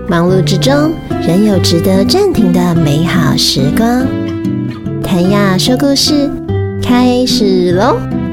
忙碌之中，仍有值得暂停的美好时光。谭雅说故事开始咯。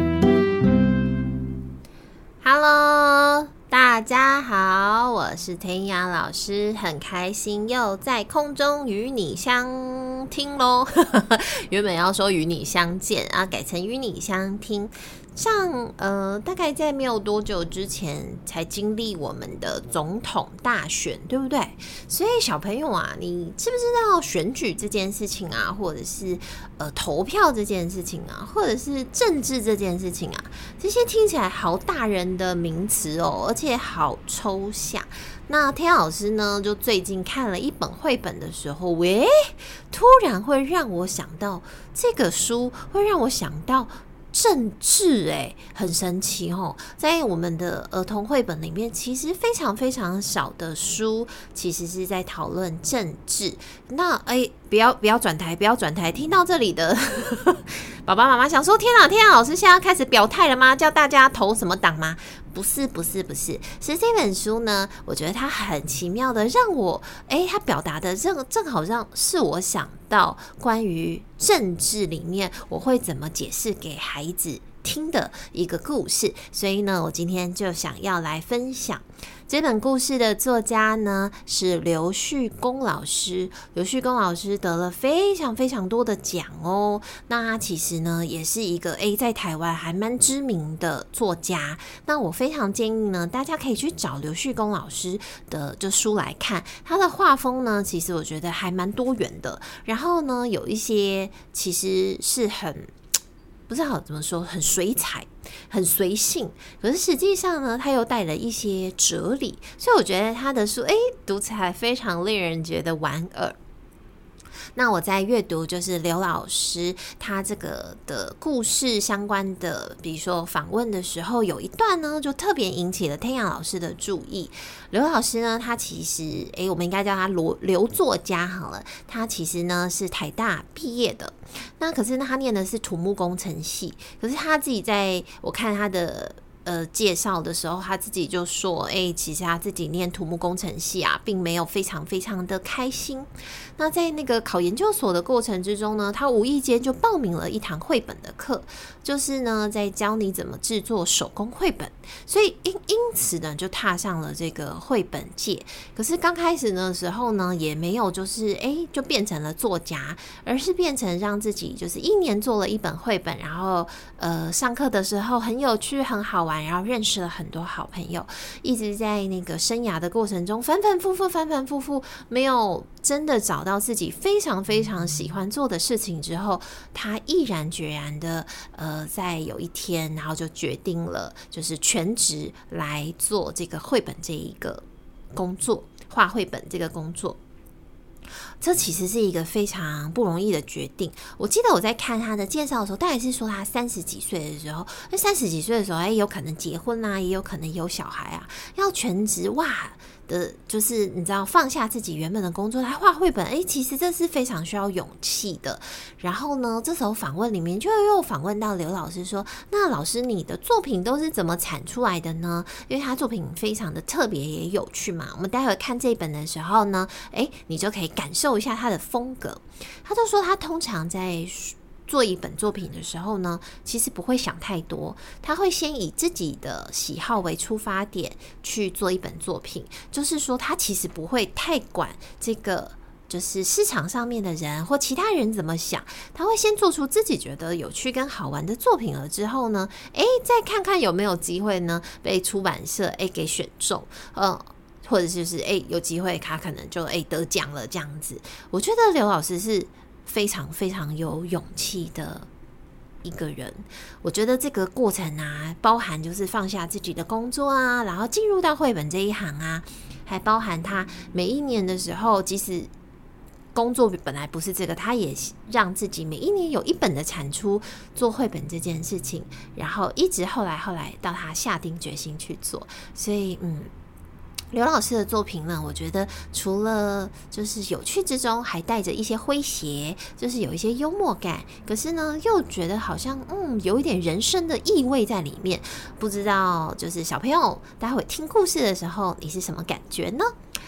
Hello， 大家好，我是谭雅老师，很开心又在空中与你相听咯。原本要说与你相见啊，改成与你相听。像大概在没有多久之前才经历我们的总统大选，对不对？所以小朋友啊，你知不知道选举这件事情啊，或者是投票这件事情啊，或者是政治这件事情啊，这些听起来好大人的名词哦，而且好抽象。那天老师呢，就最近看了一本绘本的时候，突然会让我想到这个书，会让我想到政治，很神奇哦。在我们的儿童绘本里面，其实非常非常少的书其实是在讨论政治。那不要转台，不要转台。听到这里的爸爸妈妈想说，天啊，老师现在要开始表态了吗？叫大家投什么党吗？不是，是这本书呢，我觉得它很奇妙的让我，它表达的正好像是我想到关于政治里面我会怎么解释给孩子听的一个故事，所以呢，我今天就想要来分享这本故事的作家呢是刘旭公老师。刘旭公老师得了非常非常多的奖哦。那他其实呢也是一个在台湾还蛮知名的作家。那我非常建议呢，大家可以去找刘旭公老师的就书来看。他的画风呢，其实我觉得还蛮多元的。然后呢，有一些其实是不知道怎么说，很水彩，很随性，可是实际上呢，他又带了一些哲理，所以我觉得他的书，读起来非常令人觉得莞尔。那我在阅读就是刘老师他这个的故事相关的，比如说访问的时候，有一段呢就特别引起了天阳老师的注意。刘老师呢，他其实我们应该叫他刘作家好了，他其实呢是台大毕业的，那可是他念的是土木工程系，可是他自己在我看他的介绍的时候，他自己就说，其实他自己念土木工程系啊，并没有非常非常的开心。那在那个考研究所的过程之中呢，他无意间就报名了一堂绘本的课，就是呢在教你怎么制作手工绘本，所以因此呢就踏上了这个绘本界。可是刚开始的时候呢，也没有就是就变成了作家，而是变成让自己就是一年做了一本绘本，然后上课的时候很有趣很好玩，然后认识了很多好朋友，一直在那个生涯的过程中反反复复，没有真的找到自己非常非常喜欢做的事情之后，他毅然决然的在有一天，然后就决定了就是全职来做这个绘本这一个工作，画绘本这个工作。这其实是一个非常不容易的决定。我记得我在看他的介绍的时候，大概是说他30几岁的时候，那30几岁的时候，有可能结婚啊，也有可能有小孩啊，要全职的，就是你知道放下自己原本的工作来画绘本，其实这是非常需要勇气的。然后呢，这时候访问里面就又访问到刘老师说，那老师你的作品都是怎么产出来的呢？因为他作品非常的特别也有趣嘛，我们待会看这一本的时候呢，你就可以感受一下他的风格。他就说他通常在做一本作品的时候呢，其实不会想太多，他会先以自己的喜好为出发点去做一本作品，就是说他其实不会太管这个就是市场上面的人或其他人怎么想，他会先做出自己觉得有趣跟好玩的作品了之后呢，再看看有没有机会呢被出版社给选中，或者就是有机会他可能就得奖了这样子。我觉得刘老师是非常非常有勇气的一个人。我觉得这个过程啊，包含就是放下自己的工作啊，然后进入到绘本这一行啊，还包含他每一年的时候，即使工作本来不是这个，他也让自己每一年有一本的产出做绘本这件事情，然后一直后来到他下定决心去做。所以刘老师的作品呢，我觉得除了就是有趣之中，还带着一些诙谐，就是有一些幽默感，可是呢又觉得好像有一点人生的意味在里面。不知道就是小朋友待会听故事的时候你是什么感觉呢？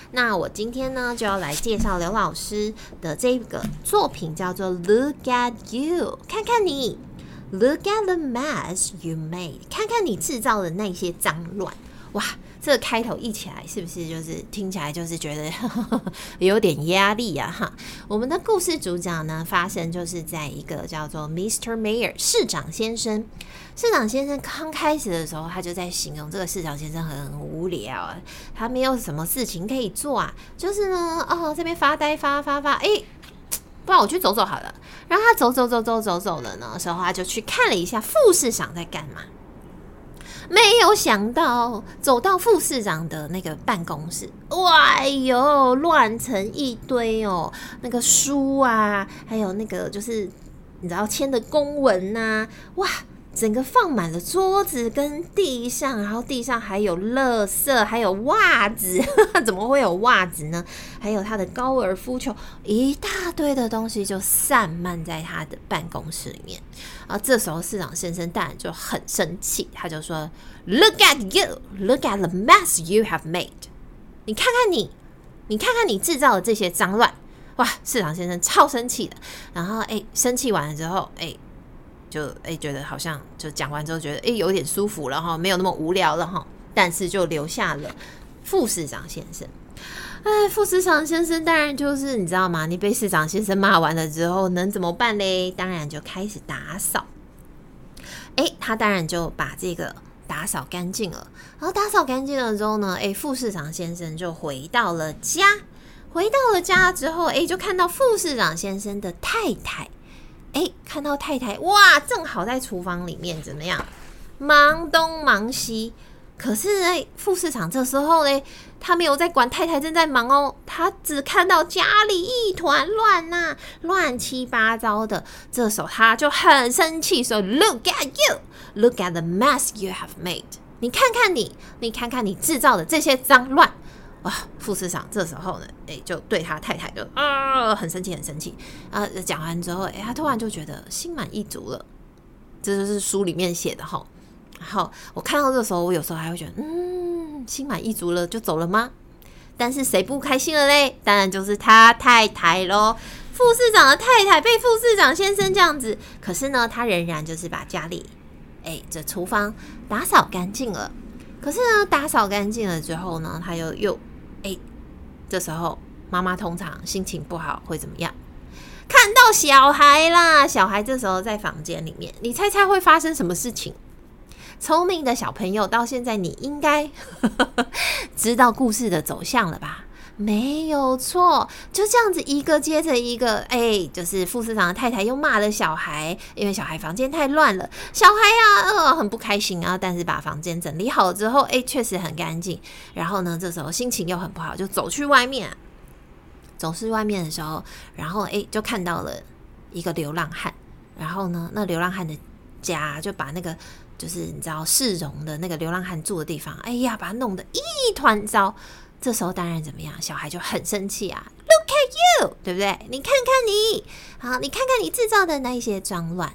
那我今天呢就要来介绍刘老师的这个作品，叫做 Look at You， 看看你 Look at the mess you made， 看看你制造的那些脏乱。哇，这个开头一起来是不是就是听起来就是觉得有点压力啊哈？我们的故事主角呢，发生就是在一个叫做 Mr. Mayor 市长先生。市长先生刚开始的时候，他就在形容这个市长先生很无聊啊，他没有什么事情可以做啊，就是呢，这边发呆发，不然我去走走好了。然后他走了呢，时候他就去看了一下副市长在干嘛。没有想到走到副市长的那个办公室，哇哟，乱成一堆哦，那个书啊，还有那个就是你知道签的公文啊，哇，整个放满了桌子跟地上，然后地上还有垃圾，还有袜子怎么会有袜子呢？还有他的高尔夫球，一大堆的东西就散漫在他的办公室里面。这时候市长先生当然就很生气，他就说 Look at you, look at the mess you have made。 你看看你制造的这些脏乱。哇，市长先生超生气的。然后生气完了之后就觉得好像就讲完之后觉得有点舒服了哈，没有那么无聊了哈。但是就留下了副市长先生。副市长先生当然就是你知道吗？你被市长先生骂完了之后能怎么办嘞？当然就开始打扫。他当然就把这个打扫干净了。然后打扫干净了之后呢，副市长先生就回到了家。回到了家之后，就看到副市长先生的太太。看到太太，哇，正好在厨房里面怎么样？忙东忙西。可是副市长这时候呢，他没有在管太太正在忙哦，他只看到家里一团乱啊，乱七八糟的。这时候他就很生气说 Look at you, look at the mess you have made。 你看看你制造的这些脏乱。哇，副市长这时候呢，就对他太太就很生气讲完之后，他突然就觉得心满意足了。这就是书里面写的齁。然后我看到这时候，我有时候还会觉得心满意足了就走了吗？但是谁不开心了嘞？当然就是他太太咯。副市长的太太被副市长先生这样子，可是呢他仍然就是把家里这厨房打扫干净了。可是呢打扫干净了之后呢，他又这时候妈妈通常心情不好会怎么样？看到小孩啦，小孩这时候在房间里面，你猜猜会发生什么事情？聪明的小朋友到现在你应该知道故事的走向了吧？没有错，就这样子一个接着一个，就是副市长的太太又骂了小孩，因为小孩房间太乱了。小孩呀，很不开心啊，但是把房间整理好之后，确实很干净。然后呢，这时候心情又很不好，就走去外面。走去外面的时候，然后就看到了一个流浪汉。然后呢，那流浪汉的家就把那个就是你知道市容的那个流浪汉住的地方，把它弄得一团糟。这时候当然怎么样？小孩就很生气啊 ！Look at you， 对不对？你看看你，好，你看看你制造的那一些脏乱。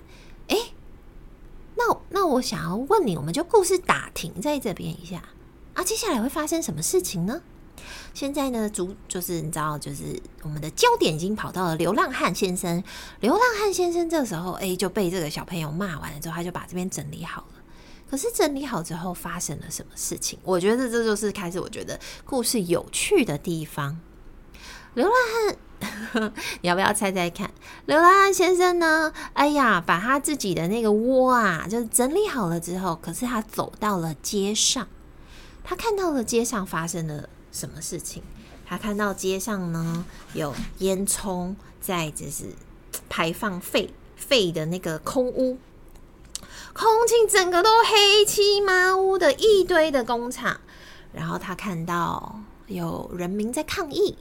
那我想要问你，我们就故事打停在这边一下啊，接下来会发生什么事情呢？现在呢，就是你知道，就是我们的焦点已经跑到了流浪汉先生。流浪汉先生这时候就被这个小朋友骂完了之后，他就把这边整理好了。可是整理好之后发生了什么事情？我觉得这就是开始我觉得故事有趣的地方。流浪汉你要不要猜猜看？流浪汉先生呢，把他自己的那个窝啊就整理好了之后，可是他走到了街上，他看到了街上发生了什么事情？他看到街上呢有烟囱在就是排放废的那个空污，空气整个都黑漆麻乌的一堆的工厂。然后他看到有人民在抗议，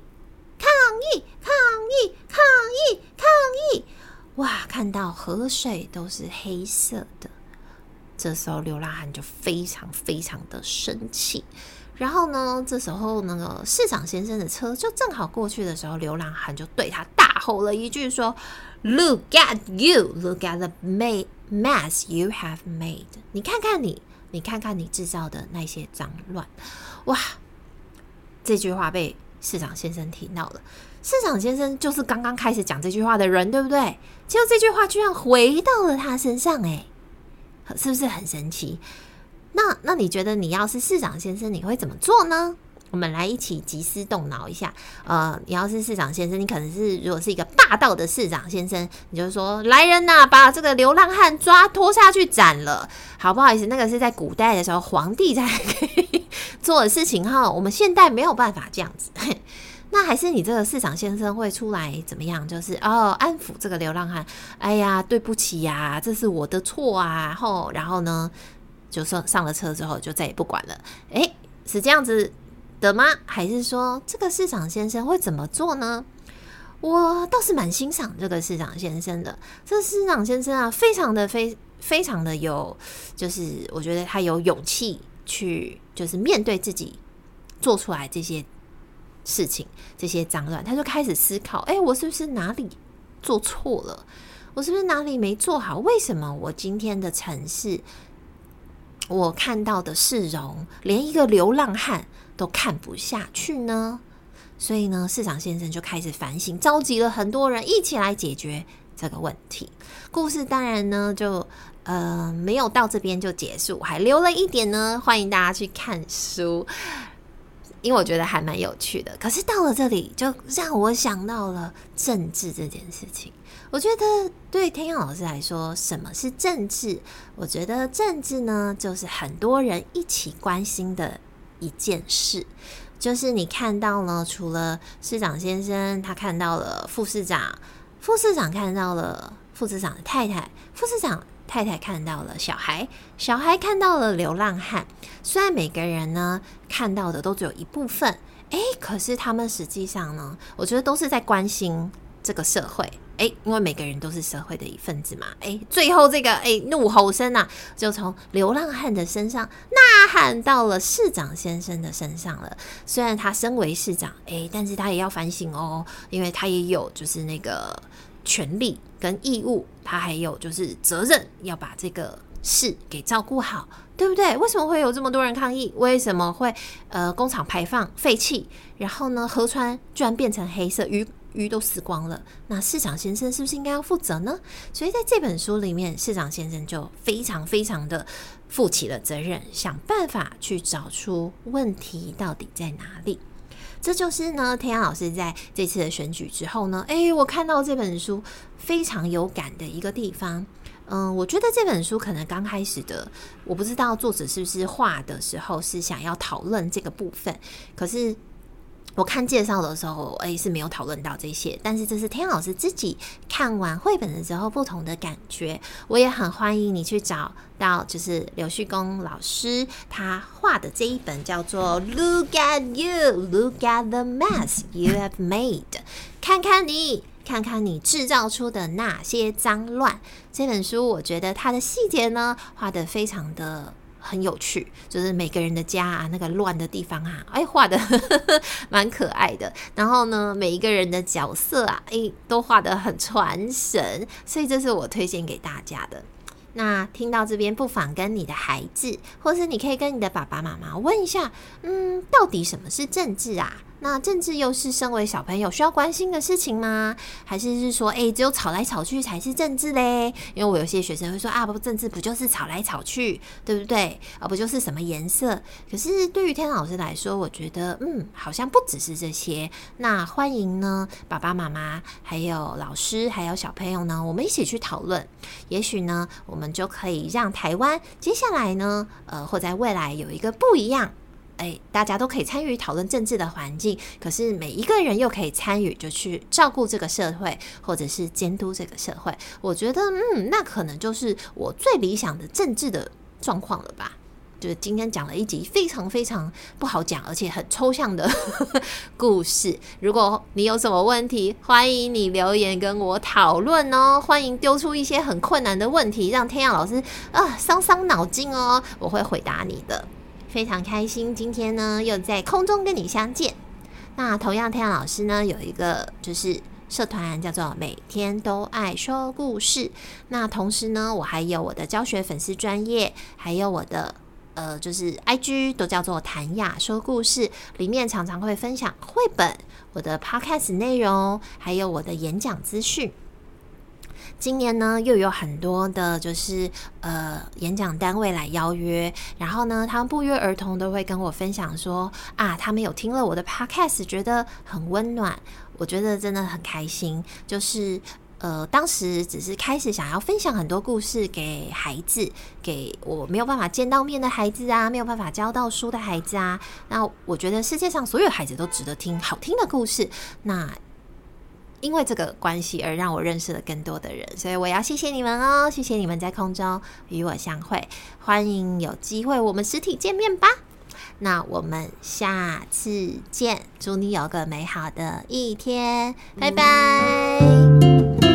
哇，看到河水都是黑色的。这时候流浪汉就非常的生气。然后呢，这时候那个市长先生的车就正好过去的时候，流浪汉就对他大吼了一句说 Look at you, look at the mess you have made。 你看看你制造的那些脏乱。哇，这句话被市长先生听到了。市长先生就是刚刚开始讲这句话的人，对不对？结果这句话居然回到了他身上，是不是很神奇？那你觉得你要是市长先生，你会怎么做呢？我们来一起集思动脑一下。你要是市长先生，你可能是如果是一个霸道的市长先生，你就说来人呐，把这个流浪汉拖下去斩了。好，不好意思，那个是在古代的时候皇帝才可以做的事情哈，我们现代没有办法这样子。那还是你这个市长先生会出来怎么样？就是安抚这个流浪汉。哎呀，对不起呀，这是我的错啊。然后呢，就上了车之后就再也不管了。是这样子的吗？还是说这个市长先生会怎么做呢？我倒是蛮欣赏这个市长先生的。这个市长先生啊，非常的有，就是我觉得他有勇气去，就是面对自己做出来这些事情，这些脏乱，他就开始思考：我是不是哪里做错了？我是不是哪里没做好？为什么我今天的城市，我看到的市容，连一个流浪汉都看不下去呢？所以呢，市长先生就开始反省，召集了很多人一起来解决这个问题。故事当然呢，就没有到这边就结束，还留了一点呢，欢迎大家去看书。因为我觉得还蛮有趣的，可是到了这里就让我想到了政治这件事情。我觉得对天佑老师来说，什么是政治？我觉得政治呢，就是很多人一起关心的一件事。就是你看到呢，除了市长先生，他看到了副市长，副市长看到了副市长的太太，副市长太太看到了小孩，小孩看到了流浪汉。虽然每个人呢看到的都只有一部分，可是他们实际上呢，我觉得都是在关心这个社会。因为每个人都是社会的一份子嘛。最后这个怒吼声啊，就从流浪汉的身上呐喊到了市长先生的身上了。虽然他身为市长，但是他也要反省哦，因为他也有就是那个权利跟义务，他还有就是责任要把这个事给照顾好，对不对？为什么会有这么多人抗议？为什么会工厂排放废气，然后呢河川居然变成黑色，鱼都死光了？那市长先生是不是应该要负责呢？所以在这本书里面，市长先生就非常非常的负起了责任，想办法去找出问题到底在哪里。这就是呢，天阳老师在这次的选举之后呢，我看到这本书非常有感的一个地方。我觉得这本书可能刚开始的，我不知道作者是不是画的时候是想要讨论这个部分，可是我看介绍的时候，是没有讨论到这些。但是这是天老师自己看完绘本的时候不同的感觉。我也很欢迎你去找到，就是刘旭公老师他画的这一本叫做 Look at you, look at the mess you have made， 看看你制造出的那些脏乱。这本书我觉得它的细节呢画得非常的很有趣，就是每个人的家啊，那个乱的地方啊，画的蛮可爱的。然后呢，每一个人的角色啊，都画得很传神，所以这是我推荐给大家的。那听到这边，不妨跟你的孩子，或是你可以跟你的爸爸妈妈问一下，到底什么是政治啊？那政治又是身为小朋友需要关心的事情吗？还是说，只有吵来吵去才是政治嘞？因为我有些学生会说不，政治不就是吵来吵去，对不对？不就是什么颜色？可是对于天老师来说，我觉得，好像不只是这些。那欢迎呢，爸爸妈妈，还有老师，还有小朋友呢，我们一起去讨论。也许呢，我们就可以让台湾接下来呢，或在未来有一个不一样。大家都可以参与讨论政治的环境，可是每一个人又可以参与，就去照顾这个社会，或者是监督这个社会。我觉得，那可能就是我最理想的政治的状况了吧。就是今天讲了一集非常非常不好讲，而且很抽象的故事。如果你有什么问题，欢迎你留言跟我讨论哦。欢迎丢出一些很困难的问题，让天阳老师伤脑筋哦，我会回答你的。非常开心，今天呢又在空中跟你相见。那同样，天阳老师呢有一个就是社团叫做每天都爱说故事。那同时呢，我还有我的教学粉丝专页，还有我的就是 IG 都叫做谭雅说故事，里面常常会分享绘本、我的 podcast 内容，还有我的演讲资讯。今年呢，又有很多的就是演讲单位来邀约，然后呢，他们不约而同都会跟我分享说啊，他们有听了我的 podcast， 觉得很温暖，我觉得真的很开心。就是当时只是开始想要分享很多故事给孩子，给我没有办法见到面的孩子啊，没有办法教到书的孩子啊。那我觉得世界上所有孩子都值得听好听的故事。那因为这个关系而让我认识了更多的人，所以我要谢谢你们哦，谢谢你们在空中与我相会，欢迎有机会我们实体见面吧。那我们下次见，祝你有个美好的一天，拜拜。